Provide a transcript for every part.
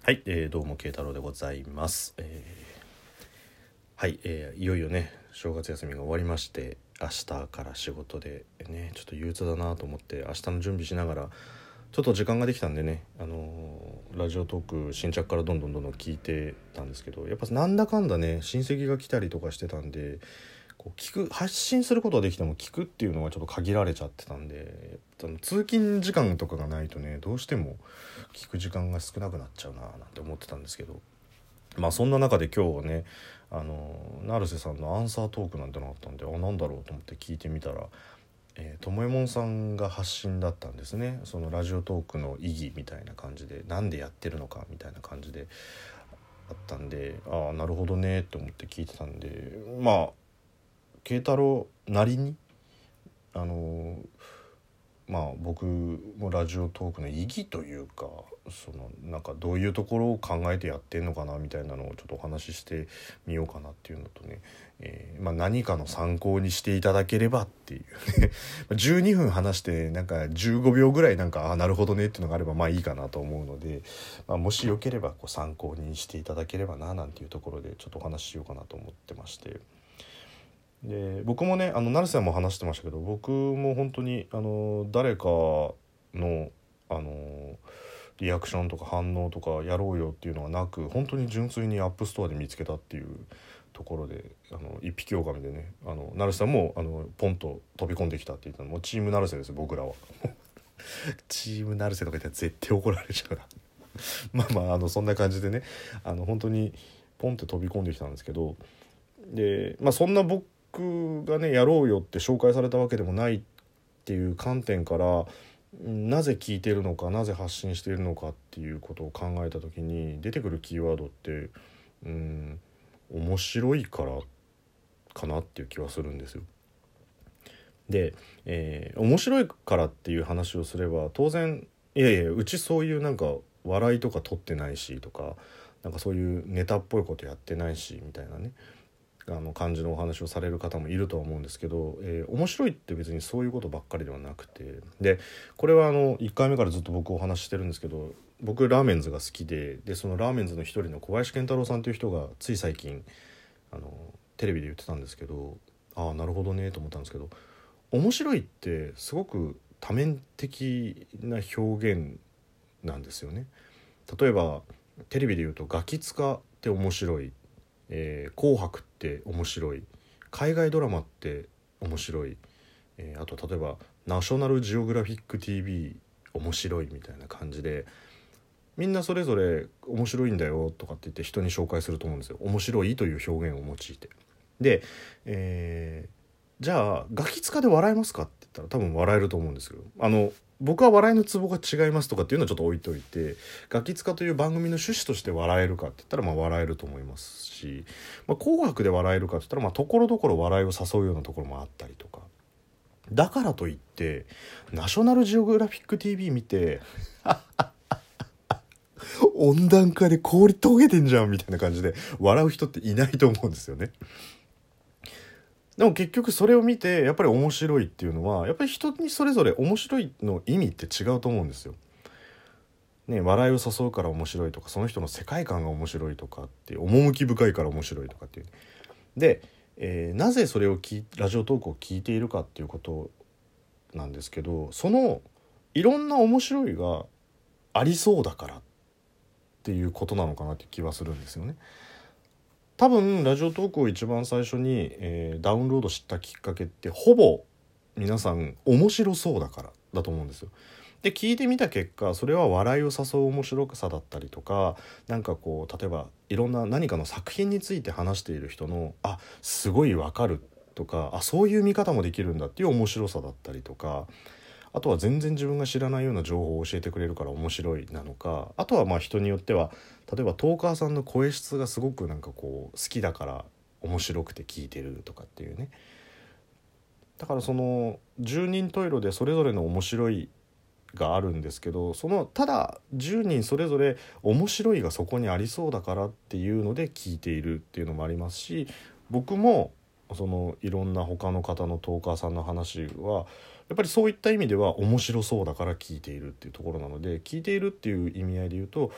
はい、どうも慶太郎でございます。はい、いよいよね正月休みが終わりまして、明日から仕事でねちょっと憂鬱だなと思って明日の準備しながらちょっと時間ができたんでね、ラジオトーク新着からどんどん聞いてたんですけど、やっぱなんだかんだね親戚が来たりとかしてたんで、こう発信することはできても聞くっていうのがちょっと限られちゃってたんで、通勤時間とかがないとねどうしても聞く時間が少なくなっちゃうななんて思ってたんですけど、まあそんな中で今日ね成瀬さんのアンサートークなんてのがあったんで、なんだろうと思って聞いてみたら、ともえもんさんが発信だったんですね。そのラジオトークの意義みたいな感じで、なんでやってるのかみたいな感じであったんで、なるほどねって思って聞いてたんで、まあ慶太郎なりに僕もラジオトークの意義というか、なんかどういうところを考えてやってんのかなみたいなのをちょっとお話ししてみようかなっていうのとね、何かの参考にしていただければっていうね12分話してなんか15秒ぐらいなんかなるほどねっていうのがあればまあいいかなと思うので、もしよければこう参考にしていただければななんていうところでちょっとお話ししようかなと思ってまして。で僕もね成瀬さんも話してましたけど、僕も本当に誰かのリアクションとか反応とかやろうよっていうのはなく、本当に純粋にアップストアで見つけたっていうところで、一匹狼でね成瀬さんもポンと飛び込んできたって言ったのもチーム成瀬ですよ僕らはチーム成瀬とか言ったら絶対怒られちゃうなそんな感じでね本当にポンって飛び込んできたんですけど、でそんな僕がねやろうよって紹介されたわけでもないっていう観点から、なぜ聞いているのかなぜ発信しているのかっていうことを考えた時に出てくるキーワードって面白いからかなっていう気はするんですよ。で、面白いからっていう話をすれば当然いやいやうちそういうなんか笑いとか取ってないしとか、なんかそういうネタっぽいことやってないしみたいなね感じのお話をされる方もいるとは思うんですけど、面白いって別にそういうことばっかりではなくて、でこれは1回目からずっと僕お話ししてるんですけど、僕ラーメンズが好きで、そのラーメンズの一人の小林健太郎さんという人がつい最近テレビで言ってたんですけど、なるほどねと思ったんですけど、面白いってすごく多面的な表現なんですよね。例えばテレビで言うとガキ使って面白い、紅白って面白い、海外ドラマって面白い、あと例えばナショナルジオグラフィック TV 面白いみたいな感じで、みんなそれぞれ面白いんだよとかって言って人に紹介すると思うんですよ。面白いという表現を用いて。で、じゃあガキ使で笑えますかって言ったら多分笑えると思うんですけど、僕は笑いのツボが違いますとかっていうのはちょっと置いといて、ガキ使という番組の趣旨として笑えるかって言ったら笑えると思いますし、紅白で笑えるかって言ったらところどころ笑いを誘うようなところもあったりとか、だからといってナショナルジオグラフィック TV 見て温暖化で氷溶けてんじゃんみたいな感じで笑う人っていないと思うんですよね。でも結局それを見てやっぱり面白いっていうのはやっぱり人にそれぞれ面白いの意味って違うと思うんですよ。ね、笑いを誘うから面白いとか、その人の世界観が面白いとかって趣深いから面白いとかっていう。で、なぜそれをラジオトークを聞いているかっていうことなんですけど、そのいろんな面白いがありそうだからっていうことなのかなって気はするんですよね。多分ラジオトークを一番最初に、ダウンロードしたきっかけってほぼ皆さん面白そうだからだと思うんですよ。で聞いてみた結果、それは笑いを誘う面白さだったりとか、なんかこう例えばいろんな何かの作品について話している人のすごいわかるとか、そういう見方もできるんだっていう面白さだったりとか、あとは全然自分が知らないような情報を教えてくれるから面白いなのか、あとは人によっては例えばトーカーさんの声質がすごくなんかこう好きだから面白くて聞いてるとかっていうね。だからその10人十色でそれぞれの面白いがあるんですけど、そのただ10人それぞれ面白いがそこにありそうだからっていうので聞いているっていうのもありますし、僕もそのいろんな他の方のトーカーさんの話はやっぱりそういった意味では面白そうだから聞いているっていうところなので、聞いているっていう意味合いで言うと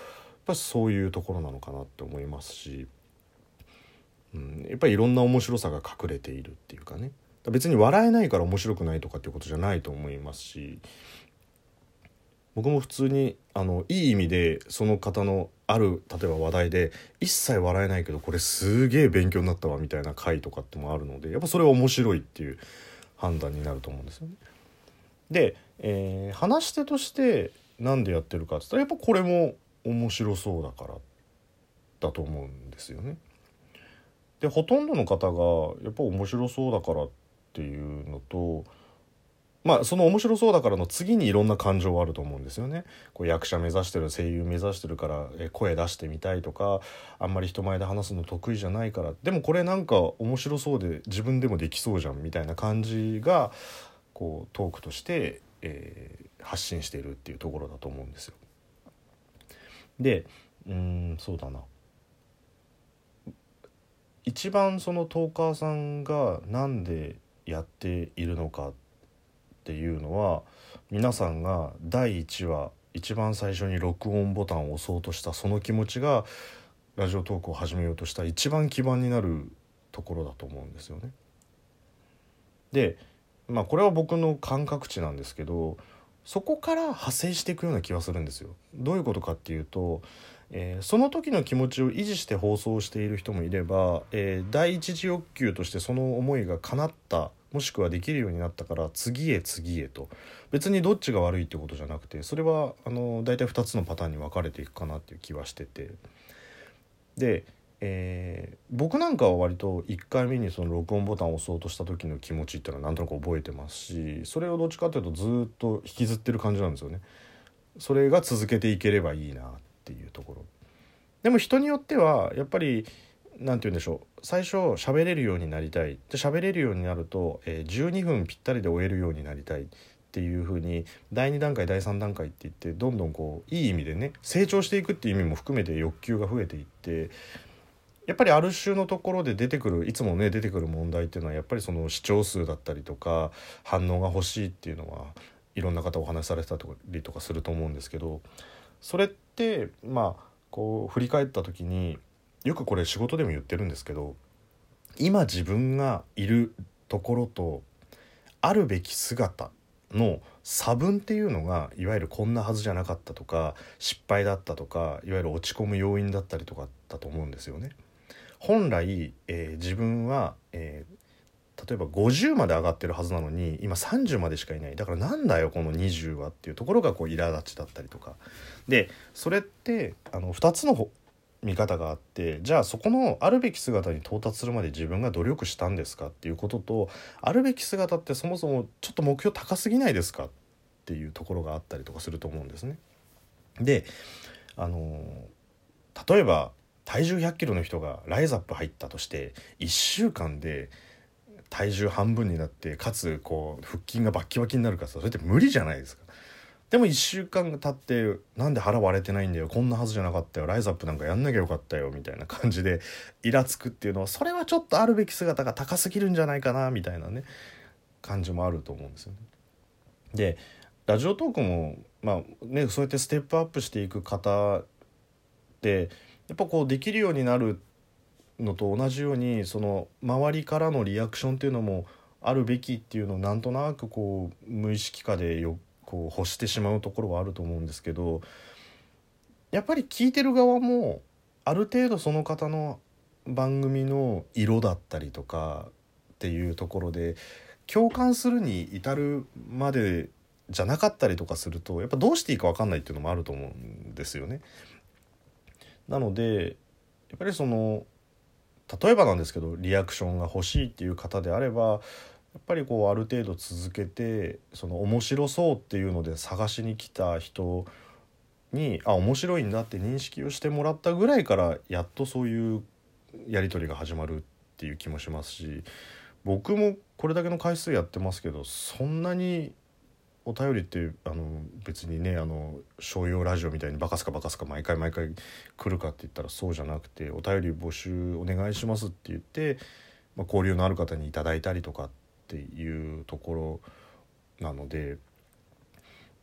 ぱりそういうところなのかなって思いますし、やっぱりいろんな面白さが隠れているっていうかね、別に笑えないから面白くないとかっていうことじゃないと思いますし、僕も普通にいい意味でその方のある例えば話題で一切笑えないけどこれすげえ勉強になったわみたいな回とかってもあるので、やっぱそれは面白いっていう判断になると思うんですよね。で、話し手としてなんでやってるかって言ったらやっぱこれも面白そうだからだと思うんですよね。でほとんどの方がやっぱ面白そうだからっていうのと、その面白そうだからの次にいろんな感情はあると思うんですよね。こう役者目指してる、声優目指してるから声出してみたいとか、あんまり人前で話すの得意じゃないから、でもこれなんか面白そうで自分でもできそうじゃんみたいな感じがこうトークとして、発信しているっていうところだと思うんですよ。でそうだな、一番そのトーカーさんがなんでやっているのかっていうのは、皆さんが第1話一番最初に録音ボタンを押そうとしたその気持ちがラジオトークを始めようとした一番基盤になるところだと思うんですよね。でこれは僕の感覚値なんですけど、そこから派生していくような気はするんですよ。どういうことかっていうと、その時の気持ちを維持して放送している人もいれば、第一次欲求としてその思いが叶った、もしくはできるようになったから次へ次へと、別にどっちが悪いってことじゃなくて、それは大体2つのパターンに分かれていくかなっていう気はしてて、で僕なんかは割と1回目にその録音ボタンを押そうとした時の気持ちっていうのはなんとなく覚えてますし、それをどっちかというとずっと引きずってる感じなんですよね。それが続けていければいいなっていうところ。でも人によってはやっぱりなんて言うんでしょう、最初喋れるようになりたい、で喋れるようになると、12分ぴったりで終えるようになりたいっていう風に第2段階第3段階って言ってどんどんこういい意味でね成長していくっていう意味も含めて欲求が増えていって、やっぱりある種のところで出てくるいつもね出てくる問題っていうのはやっぱりその視聴数だったりとか反応が欲しいっていうのはいろんな方お話しされてたりとかすると思うんですけど、それってこう振り返った時によくこれ仕事でも言ってるんですけど、今自分がいるところとあるべき姿の差分っていうのがいわゆるこんなはずじゃなかったとか失敗だったとかいわゆる落ち込む要因だったりとかだと思うんですよね。本来、自分は、例えば50まで上がってるはずなのに今30までしかいない、だからなんだよこの20はっていうところがこう苛立ちだったりとかで、それって2つの見方があって、じゃあそこのあるべき姿に到達するまで自分が努力したんですかっていうことと、あるべき姿ってそもそもちょっと目標高すぎないですかっていうところがあったりとかすると思うんですね。で例えば体重100キロの人がライザップ入ったとして1週間で体重半分になってかつこう腹筋がバッキバキになるか、それって無理じゃないですか。でも1週間経ってなんで腹割れてないんだよ、こんなはずじゃなかったよ、ライザップなんかやんなきゃよかったよみたいな感じでイラつくっていうのは、それはちょっとあるべき姿が高すぎるんじゃないかなみたいなね感じもあると思うんですよね。でラジオトークもそうやってステップアップしていく方ってやっぱこうできるようになるのと同じように、その周りからのリアクションっていうのもあるべきっていうのをなんとなくこう無意識化でこう欲してしまうところはあると思うんですけど、やっぱり聞いてる側もある程度その方の番組の色だったりとかっていうところで共感するに至るまでじゃなかったりとかすると、やっぱどうしていいか分かんないっていうのもあると思うんですよね。なのでやっぱりその例えばなんですけどリアクションが欲しいっていう方であれば、やっぱりこうある程度続けてその面白そうっていうので探しに来た人に面白いんだって認識をしてもらったぐらいからやっとそういうやり取りが始まるっていう気もしますし、僕もこれだけの回数やってますけどそんなにお便りって別にね商用ラジオみたいにバカすかバカすか毎回毎回来るかって言ったらそうじゃなくて、お便り募集お願いしますって言って、交流のある方にいただいたりとかっていうところなので、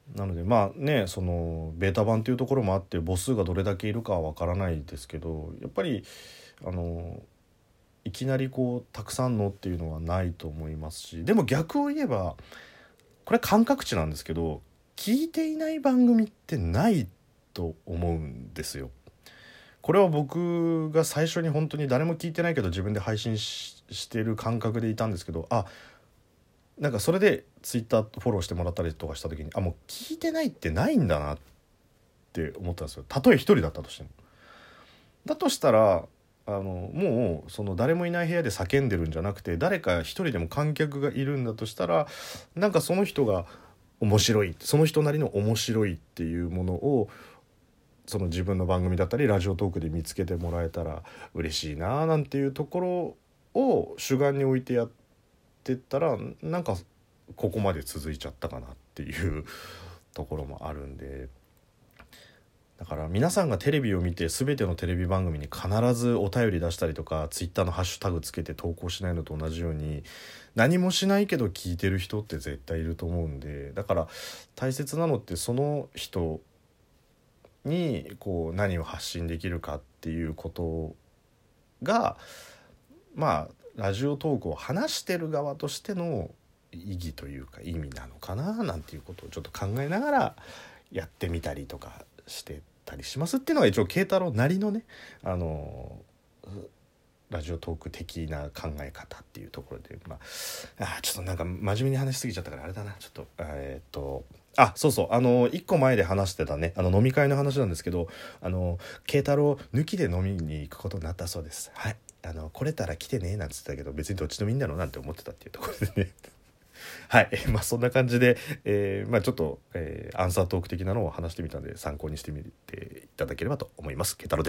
なのでまあねそのベータ版っていうところもあって母数がどれだけいるかはわからないですけど、やっぱりいきなりこうたくさんのっていうのはないと思いますし、でも逆を言えばこれ感覚値なんですけど、聞いていない番組ってないと思うんですよ。これは僕が最初に本当に誰も聞いてないけど自分で配信してる感覚でいたんですけど、なんかそれでツイッターフォローしてもらったりとかした時にもう聞いてないってないんだなって思ったんですよ。たとえ一人だったとしても。だとしたらもうその誰もいない部屋で叫んでるんじゃなくて、誰か一人でも観客がいるんだとしたら、なんかその人が面白い、その人なりの面白いっていうものをその自分の番組だったりラジオトークで見つけてもらえたら嬉しいななんていうところを主眼に置いてやってったら、なんかここまで続いちゃったかなっていうところもあるんで、だから皆さんがテレビを見て全てのテレビ番組に必ずお便り出したりとかツイッターのハッシュタグつけて投稿しないのと同じように、何もしないけど聞いてる人って絶対いると思うんで、だから大切なのってその人にこう何を発信できるかっていうことが、まあラジオトークを話してる側としての意義というか意味なのかななんていうことをちょっと考えながらやってみたりとかしてたりしますっていうのが一応慶太郎なりのねラジオトーク的な考え方っていうところで、ちょっとなんか真面目に話しすぎちゃったからあれだな、ちょっとそうそう一個前で話してたね飲み会の話なんですけど、慶太郎抜きで飲みに行くことになったそうです。はい、来れたら来てねなんつってたけど別にどっちでもいいんだろうなんて思ってたっていうところでねはい、そんな感じで、ちょっと、アンサートーク的なのを話してみたので参考にしてみていただければと思います。慶太郎です。